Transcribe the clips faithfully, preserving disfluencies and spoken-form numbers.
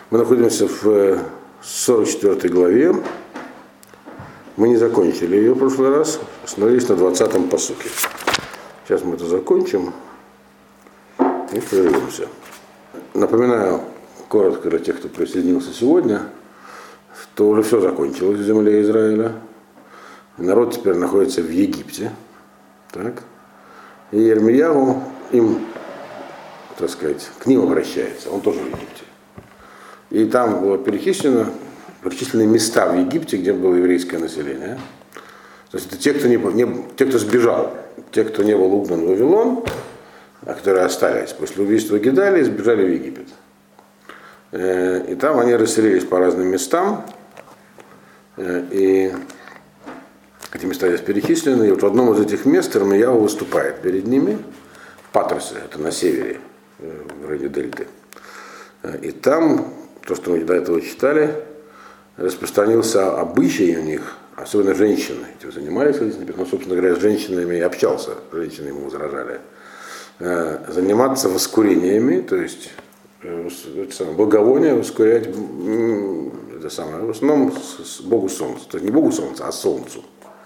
Мы находимся в сорок четвёртой главе. Мы не закончили ее в прошлый раз, остановились на двадцатом пасуке. Сейчас мы это закончим и прервемся. Напоминаю коротко для тех, кто присоединился сегодня, что уже все закончилось в земле Израиля. Народ теперь находится в Египте. Так? И Ирмияу им, так сказать, к ним обращается. Он тоже в Египте. И там было перечислено, перечислены места в Египте, где было еврейское население. То есть это те, кто, не, не, те, кто сбежал, те, кто не был угнан в Вавилон, а которые остались после убийства Гедалии, сбежали в Египет. И там они расселились по разным местам. И эти места здесь перечислены. И вот в одном из этих мест Ирмияу выступает перед ними, в Патросе, это на севере, в районе Дельты. И там, то, что мы до этого читали, распространился обычай у них, особенно женщины этим занимались, ну, собственно говоря, с женщинами и общался, женщины ему возражали, заниматься воскурениями, то есть это самое, благовоние воскурять, это самое, в основном с Богу Солнца, то есть не Богу Солнца, а Солнцу.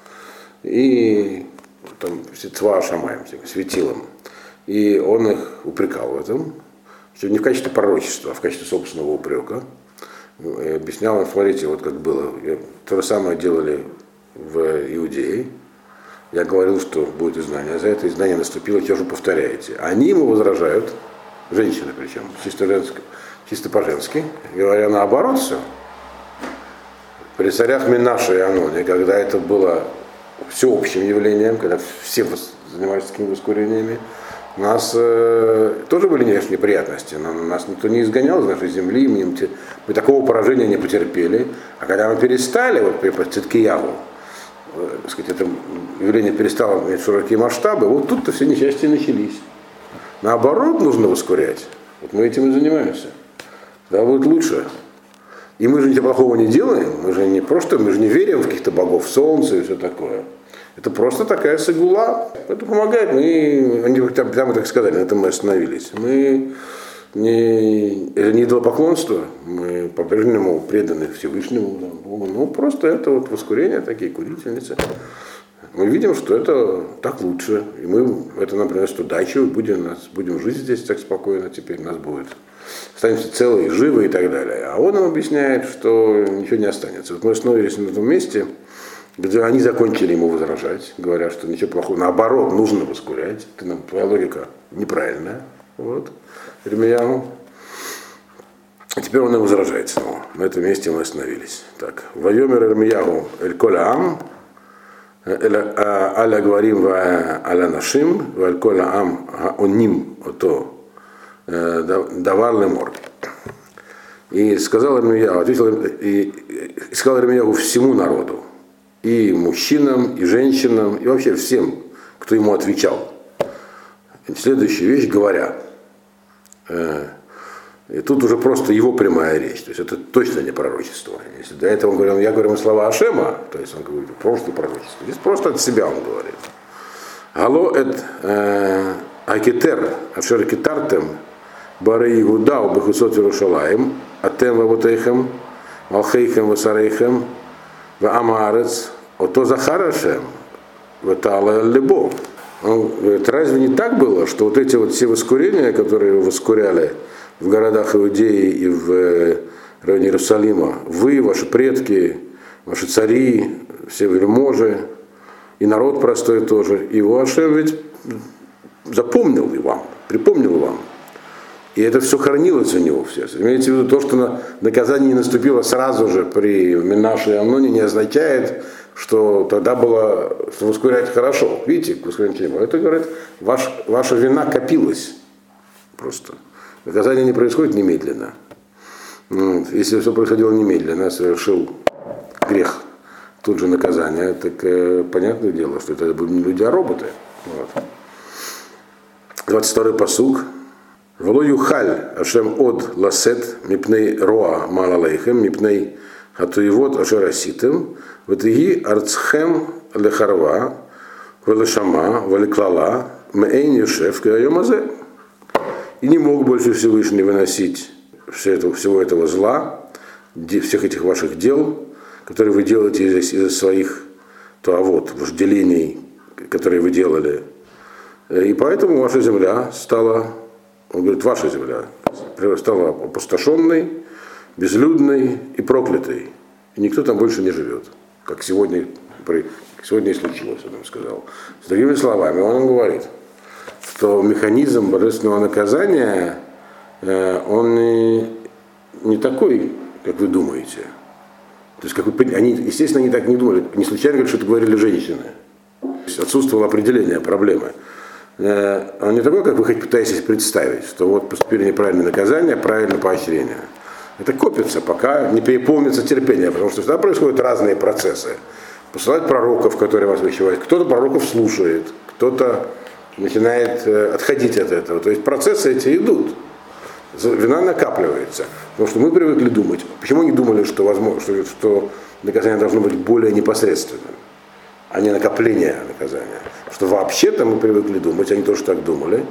И там цва шамаем, светилом. И он их упрекал в этом, что не в качестве пророчества, а в качестве собственного упрека. И объяснял им, смотрите, вот как было. То же самое делали в Иудее. Я говорил, что будет изгнание. За это изгнание наступило, те же повторяете. Они ему возражают, женщины причем, чисто, женско, чисто по-женски, говоря наоборот все. При царях Менаше и Аноне, когда это было всеобщим явлением, когда все занимались такими воскурениями, у нас э, тоже были внешние неприятности, но нас никто не изгонял из нашей земли, мы, мы такого поражения не потерпели. А когда мы перестали, вот при Циткияву, э, сказать, это явление перестало иметь широкие масштабы, вот тут-то все несчастья начались. Наоборот, нужно воскурять. Вот мы этим и занимаемся. Да, будет лучше. И мы же ничего плохого не делаем, мы же не просто, мы же не верим в каких-то богов солнца и все такое. Это просто такая сагула. Это помогает. Мы, они прямо так сказали, на этом мы остановились. Мы не, это не идолопоклонство, мы по-прежнему преданы Всевышнему Богу. Ну, просто это вот воскурение, такие курительницы. Мы видим, что это так лучше. И мы, это нам приносит удачу, будем, нас, будем жить здесь так спокойно, теперь нас будет. Останемся целые, живы и так далее. А он нам объясняет, что ничего не останется. Вот мы остановились на том месте, где они закончили ему возражать, говоря, что ничего плохого, наоборот, нужно воскурять. Это, твоя логика неправильная. Вот. Ирмияу. А теперь он им возражает снова. На этом месте мы остановились. Так. Вайомер Ирмияу эль коля ам, аля говорим аля нашим, валь коля ам оним ото давар лемор. И сказал Ирмияу, ответил, и сказал Ирмияу всему народу, и мужчинам, и женщинам, и вообще всем, кто ему отвечал. Следующую вещь, говоря. И тут уже просто его прямая речь. То есть это точно не пророчество. Если до этого он говорил, я говорю слова Ашема, то есть он говорит, просто пророчество. Здесь просто от себя он говорит. Алло, это акитер, ашер китартем, бары Игуда, убахусот Иерушалаим, атем вавутейхем, алхейхем васарейхем, в Амарец, ото Захарашем, в Тала Лебо. Он говорит, разве не так было, что вот эти вот все воскурения, которые воскуряли в городах Иудеи и в районе Иерусалима, вы, ваши предки, ваши цари, все вельможи, и народ простой тоже, его Ашем ведь запомнил и вам, припомнил вам. И это все хранилось у него в сердце. Имеется в виду, то, что наказание не наступило сразу же при Менаше и Амноне, не означает, что тогда было, что воскурять хорошо. Видите, воскурять не было. Это говорит, ваш, ваша вина копилась просто. Наказание не происходит немедленно. Вот. Если все происходило немедленно, совершил грех, тут же наказание, так э, понятное дело, что это были не люди, а роботы. Вот. двадцать второй пасук. Вло юхаль ашем од ласет мипней роа малалейхем мипней хатуевод ашераситем ватиги арцхем лехарва велешама велеклала меэйн юшев кайомазе. И не мог больше Всевышний выносить все это, всего этого зла, всех этих ваших дел, которые вы делаете из, из своих вот, вожделений, которые вы делали. И поэтому ваша земля стала, он говорит, ваша земля стала опустошенной, безлюдной и проклятой. И никто там больше не живет, как сегодня, сегодня и случилось, он им сказал. С другими словами, он говорит, что механизм божественного наказания, он не, не такой, как вы думаете. То есть, как вы, они, естественно, они так не думали. Не случайно говорят, что это говорили женщины. Отсутствовало определение проблемы. Он не такой, как вы хоть пытаетесь представить, что вот поступили неправильное наказание, правильное поощрение. Это копится, пока не переполнится терпение, потому что всегда происходят разные процессы. Посылают пророков, которые вас вещевают. Кто-то пророков слушает, кто-то начинает отходить от этого. То есть процессы эти идут. Вина накапливается. Потому что мы привыкли думать. Почему они думали, что, возможно, что, что наказание должно быть более непосредственным, а не накопление наказания? Что вообще-то мы привыкли думать, они тоже так думали,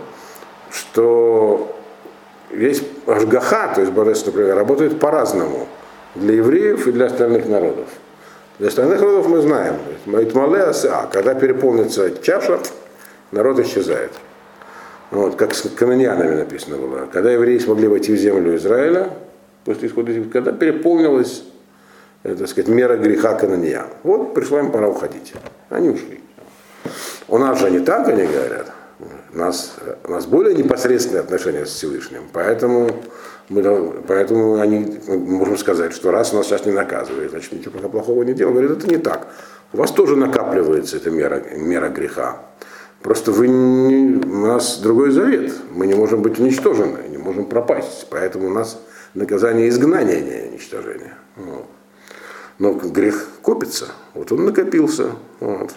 что весь ашгаха, то есть божественный пример, работает по-разному для евреев и для остальных народов. Для остальных народов мы знаем, а когда переполнится чаша, народ исчезает. Вот, как с кананеянами написано было. Когда евреи смогли войти в землю Израиля, после исхода Египта, когда переполнилась, так сказать, мера греха кананеян. Вот пришла им пора уходить. Они ушли. У нас же не так, они говорят. У нас, у нас более непосредственные отношения с Всевышним. Поэтому, мы, поэтому они, мы можем сказать, что раз нас сейчас не наказывает, значит ничего пока плохого не делал. Говорят, это не так. У вас тоже накапливается эта мера, мера греха. Просто вы не, у нас другой завет. Мы не можем быть уничтожены, не можем пропасть. Поэтому у нас наказание изгнания, не уничтожения. Вот. Но грех копится. Вот он накопился. Вот.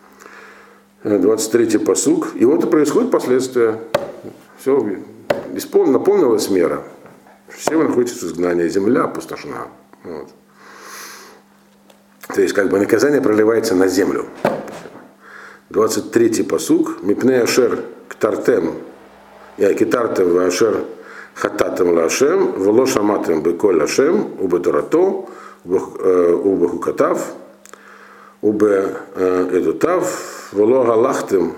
двадцать третий пасук. И вот и происходит последствия. Все, исполн, наполнилась мера. Все вы находитесь в изгнании. Земля опустошена. Вот. То есть как бы наказание проливается на землю. двадцать третий пасук. Мипней ашер ктартем. Я китартем ва ашер хататем ла ашем. Вело шаматем беколь ашем. Убе торато. Убе хукатав. Убе эдутав. Вело галахтем.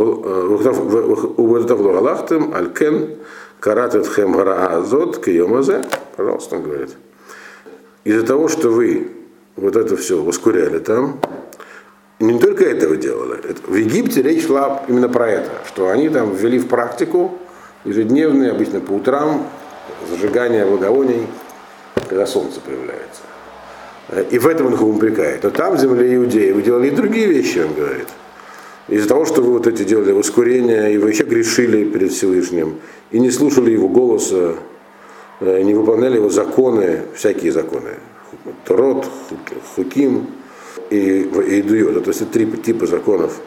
Убе эдутав вело галахтем. Алькен каратет хем гараа азот киомазе. Пожалуйста, он говорит. Из-за того, что вы вот это все воскуряли там, не только это вы делали. В Египте речь шла именно про это, что они там ввели в практику ежедневные, обычно по утрам, зажигание благовоний, когда солнце появляется. И в этом он их упрекает. Но там, в земле Иудеи, вы делали и другие вещи, он говорит. Из-за того, что вы вот эти делали воскурения, и вы еще грешили перед Всевышним, и не слушали его голоса, не выполняли его законы, всякие законы. Торот, Хуким и Идуйот, то есть три типа законов,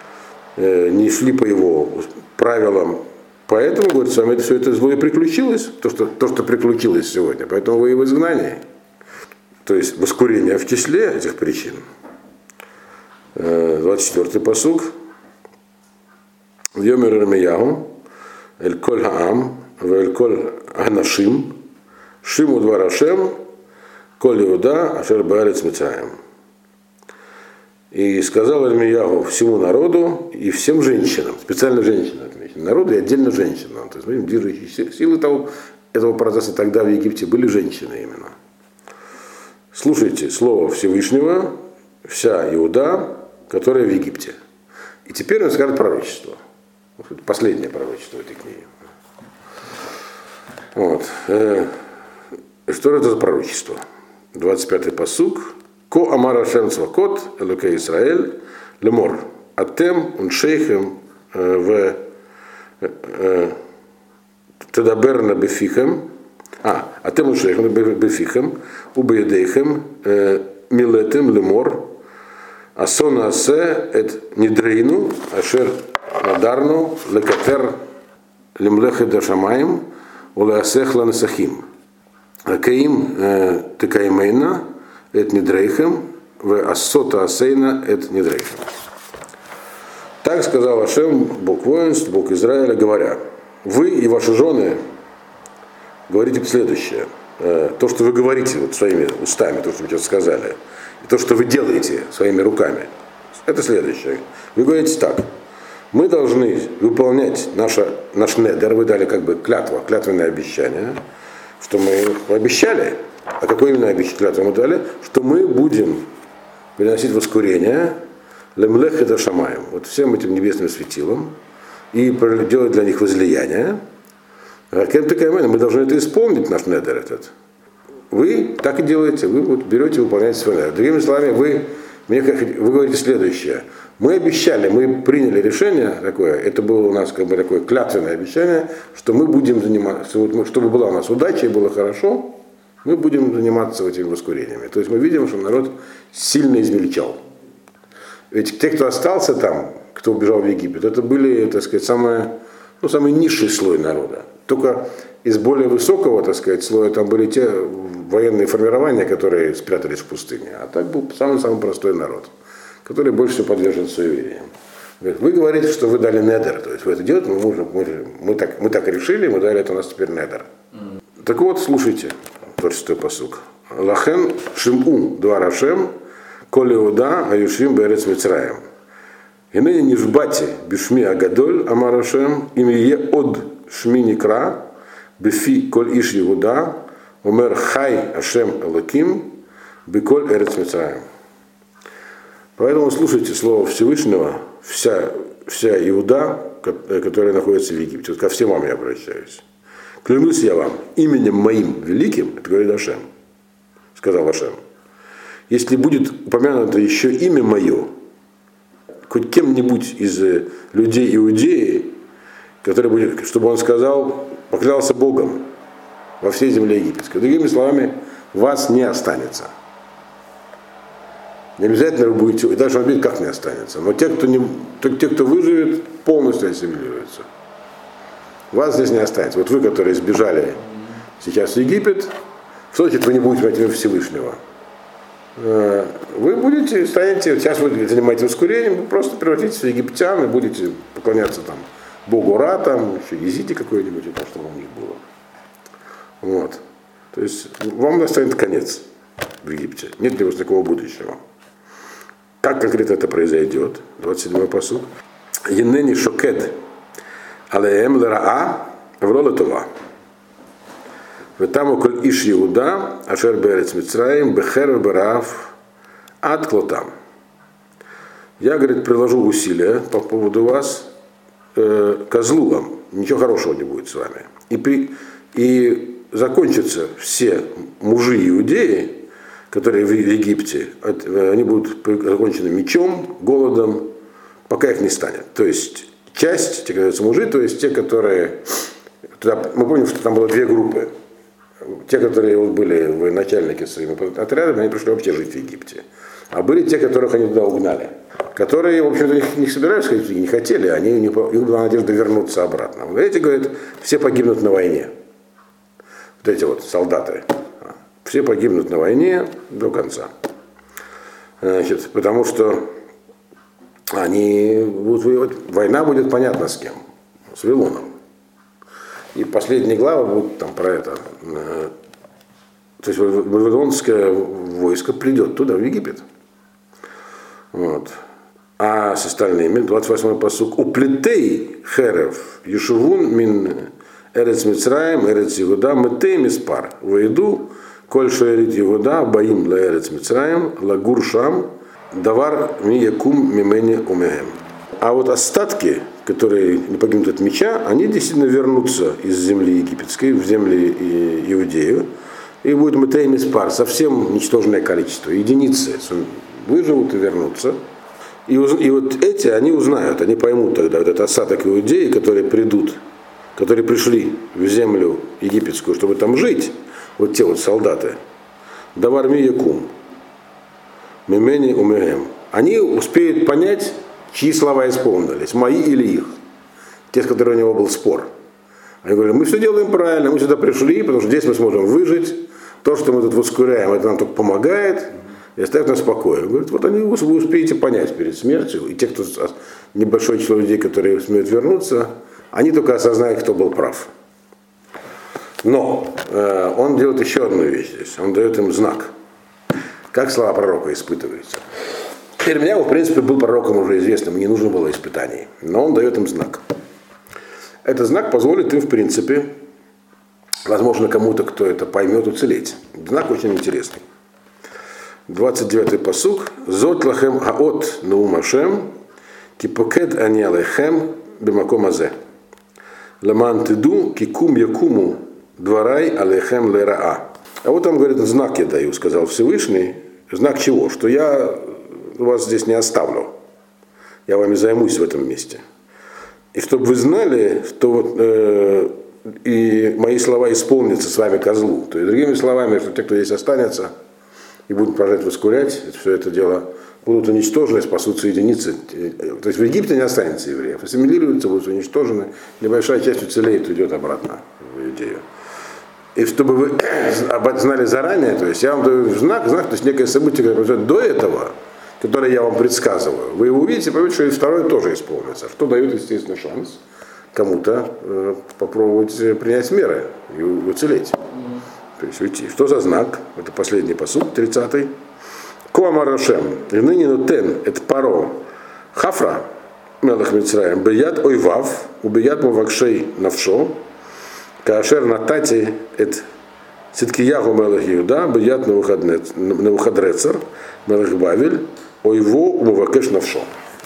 не шли по его правилам. Поэтому, говорит, с вами это, все это зло и приключилось, то что, то, что приключилось сегодня. Поэтому вы и в изгнании. То есть воскурение в числе этих причин. двадцать четвёртый пасук. Йомер Ирмияху, эль коль хаам, эль коль анашим, шиму двар Ашем, коль Иуда, ашер баарец Мицраим. И сказал Ирмияху всему народу и всем женщинам, специально женщинам, народу и отдельно женщинам. То есть, смотрим, движущие силы того, этого процесса тогда в Египте были женщины именно. Слушайте слово Всевышнего, вся Иуда, которая в Египте. И теперь он скажет пророчество. Последнее пророчество этой книги. Вот. Что это за пророчество? двадцать пятый пасук. Ко амар Ашем цвакот, элокей Исраэль, лемор, атем уншейхем в тедаберна бефихем, а, атем уншейхем бефихем, убеедейхем, милетем лемор, асона асе эт нидрейну, ашер надарну, лекатер лемлехе дашамаем, улеасех ланесахим. Акаим текаймейна, эт недрейхем, в ассота асейна эт недрейхем. Так сказал Ашем, Бог воинств, Бог Израиля, говоря: вы и ваши жены говорите следующее. То, что вы говорите вот своими устами, то, что вы сейчас сказали, и то, что вы делаете своими руками, это следующее. Вы говорите так: мы должны выполнять наше, наш недер, вы дали как бы клятву, клятвенное обещание, что мы обещали, а какое именно обещание клятву мы дали, что мы будем приносить воскурение лемлех и шамаем, вот всем этим небесным светилам, и делать для них возлияние. А кем такая мы должны это исполнить, наш недер этот. Вы так и делаете, вы вот берете и выполняете свой недер. Другими словами, вы, мне, вы говорите следующее: мы обещали, мы приняли решение такое, это было у нас как бы такое клятвенное обещание, что мы будем заниматься, чтобы была у нас удача и было хорошо, мы будем заниматься этими воскурениями. То есть мы видим, что народ сильно измельчал. Ведь те, кто остался там, кто убежал в Египет, это были, так сказать, самое, ну, самый низший слой народа. Только из более высокого, так сказать, слоя там были те военные формирования, которые спрятались в пустыне. А так был самый-самый простой народ, который больше всего подвержен суевериям. Вы говорите, что вы дали недер, то есть вы это делаете, мы, можем, мы, мы, так, мы так решили, мы дали, это у нас теперь недер. Mm. Так вот, слушайте, шестой пасук. Лахен шиму два рашем, коли уда аюшим берец мицраем. И ныне не жбати бишми агадоль амарашем, им е от шми никра, бифи коль иш Иуда, умер хай ашем элаким, биколь эрец мицраем. Поэтому слушайте слово Всевышнего, вся, вся Иуда, которая находится в Египте. Вот ко всем вам я обращаюсь. Клянусь я вам именем моим великим, это говорит Ашем, сказал Ашем, если будет упомянуто еще имя мое, хоть кем-нибудь из людей Иудеи, который будет, чтобы он сказал, поклялся Богом во всей земле египетской. Другими словами, вас не останется. Не обязательно вы будете, и даже он видит, как не останется. Но те, кто, не, те, кто выживет, полностью ассимилируются. Вас здесь не останется. Вот вы, которые сбежали сейчас в Египет, что значит, вы не будете иметь имя Всевышнего? Вы будете, станете, сейчас вы занимаетесь воскурением, вы просто превратитесь в египтян и будете поклоняться там Богу Ра, там, еще Езите какой-нибудь, и то, что у них было. Вот. То есть вам настанет конец в Египте. Нет для вас такого будущего. Как конкретно это произойдет? двадцать седьмой пасук. Енени шокед алеем лераа врола това. Ветаму коль иш Иуда, ашер берец Мицраим, бехер берав ад клотам. Я, говорит, приложу усилия по поводу вас, э, козлу вам, ничего хорошего не будет с вами. И, при, и закончатся все мужи иудеи, которые в Египте, они будут закончены мечом, голодом, пока их не станет. То есть часть, те, которые мужи, то есть те, которые... Туда, мы помним, что там было две группы. Те, которые вот были военачальники своими отрядами, они пришли вообще жить в Египте. А были те, которых они туда угнали. Которые, в общем-то, не собирались ходить, не хотели, они, у них была надежда вернуться обратно. Вот эти, говорят, все погибнут на войне. Вот эти вот солдаты. Все погибнут на войне до конца. Значит, потому что они будут воевать. Война будет понятно с кем. С Вавилоном. И последние главы будут там про это. То есть вавилонское войско придет туда, в Египет. Вот. А с остальными, двадцать восьмой пасук, уплетей херев, ешувун мин эрец Мицраим, эрец Иуда, метей миспар, войду, коль шерит Иуда, боим для эрец Мицраим, лагур шам, давар ми якум мимени умехем. А вот остатки, которые не погибнут от меча, они действительно вернутся из земли египетской в земли Иудею, и будет метей миспар, совсем ничтожное количество, единицы выживут и вернутся. И, и вот эти, они узнают, они поймут тогда вот этот осадок иудеи, которые придут, которые пришли в землю египетскую, чтобы там жить, вот те вот солдаты, давар ми якум, мимени умехем, они успеют понять, чьи слова исполнились, мои или их, те, с которыми у него был спор. Они говорят, мы все делаем правильно, мы сюда пришли, потому что здесь мы сможем выжить, то, что мы тут воскуряем, это нам только помогает, и оставит нас в покое. Говорит, вот они, вы успеете понять перед смертью, и те, кто небольшое число людей, которые смеют вернуться, они только осознают, кто был прав. Но э, он делает еще одну вещь здесь. Он дает им знак. Как слова пророка испытываются. Ирмияу, в принципе, был пророком уже известным, не нужно было испытаний. Но он дает им знак. Этот знак позволит им, в принципе, возможно, кому-то, кто это поймет, уцелеть. Знак очень интересный. двадцать девятый пасук. Зот лахем хаот наумашем, кипокед ани алейхем бимаком азе. Ламан тиду кикум якуму дворай алейхем лераа. А вот он говорит, знак я даю, сказал Всевышний. Знак чего? Что я вас здесь не оставлю. Я вами займусь в этом месте. И чтобы вы знали, что вот, э, и мои слова исполнятся с вами козлу. То есть, другими словами, что те, кто здесь останется и будут продолжать воскурять, все это дело будут уничтожены, спасутся единицы. То есть в Египте не останется евреев. Ассимилируются, будут уничтожены. Небольшая часть уцелеет, уйдет обратно в Иудею. И чтобы вы знали заранее, то есть я вам даю знак, знак, то есть некое событие, которое произойдет до этого, которое я вам предсказываю, вы его увидите, поймете, что и второе тоже исполнится. Что дает, естественно, шанс кому-то э, попробовать принять меры и уцелеть. То есть уйти. Что за знак? Это последний пасук, тридцатый. Коамарашем. И ныне нутен, это паро. Хафра, мелах Мицраем, беят ойвав, убият мувакшей навшо, каашер натати, это Циткиягу мелах Иуда, беят навуходрецер, мелах Бавель, ойво умувакеш навшо.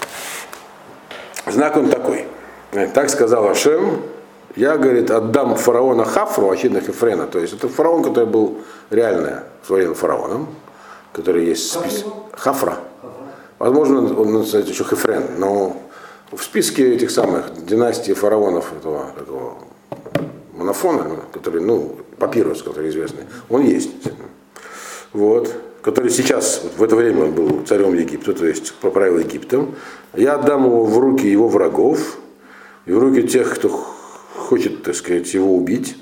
Знак он такой. Так сказал Ашем, я, говорит, отдам фараона Хафру, Ахидна Хефрена, то есть это фараон, который был реально своим фараоном, который есть в списке. Хафра. Возможно, он называется еще Хефрен, но в списке этих самых династий фараонов этого, этого Монофона, который, ну, папирус, который известный, он есть. Вот. Который сейчас, вот в это время он был царем Египта, то есть поправил Египтом. Я отдам его в руки его врагов, и в руки тех, кто хочет, так сказать, его убить.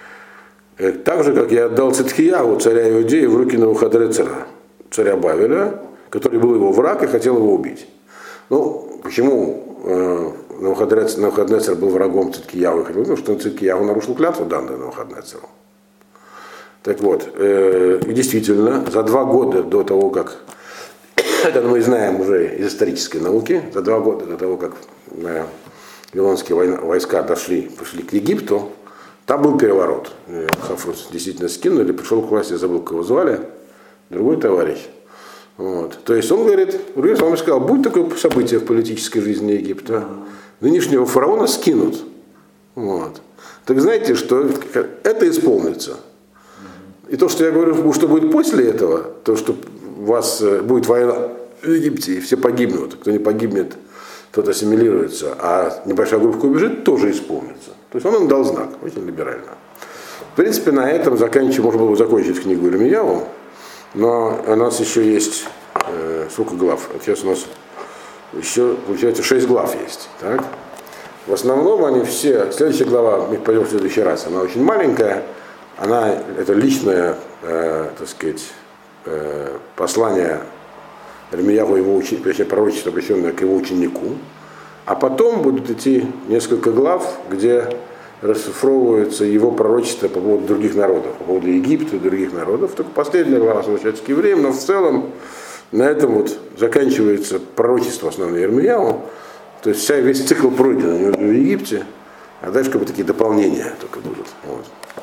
Так же, как я отдал Циткиягу, царя Иудеи, в руки Навуходоносора, царя Бавеля, который был его враг и хотел его убить. Ну, почему э, Навуходоносор был врагом Циткиягу? Потому что Циткиягу нарушил клятву, данную Навуходоносору. Так вот, э, и действительно, за два года до того, как, это мы знаем уже из исторической науки, за два года до того, как э, вавилонские войска дошли, пошли к Египту, там был переворот. Хафру действительно скинули, пришел к власти, забыл, кого звали, другой товарищ. Вот. То есть он говорит, он вам сказал, будет такое событие в политической жизни Египта, нынешнего фараона скинут. Вот. Так знаете, что это исполнится. И то, что я говорю, что будет после этого, то, что у вас будет война в Египте, и все погибнут, кто не погибнет, тот ассимилируется, а небольшая группа убежит, тоже исполнится. То есть он им дал знак, очень либерально. В принципе, на этом заканчиваем, можно было бы закончить книгу Ирмияу, но у нас еще есть, э, сколько глав? Сейчас у нас еще, получается, шесть глав есть. Так? В основном они все, следующая глава, мы пойдем в следующий раз, она очень маленькая, она, это личное, э, так сказать, э, послание Ирмияу, его ученику, точнее, пророчество, обращенное к его ученику. А потом будут идти несколько глав, где расшифровываются его пророчества по поводу других народов, по поводу Египта и других народов. Только последняя глава возвращается к евреям, но в целом на этом вот заканчивается пророчество основное Ирмияу. То есть вся, весь цикл пройден в Египте, а дальше как бы такие дополнения только будут. Вот.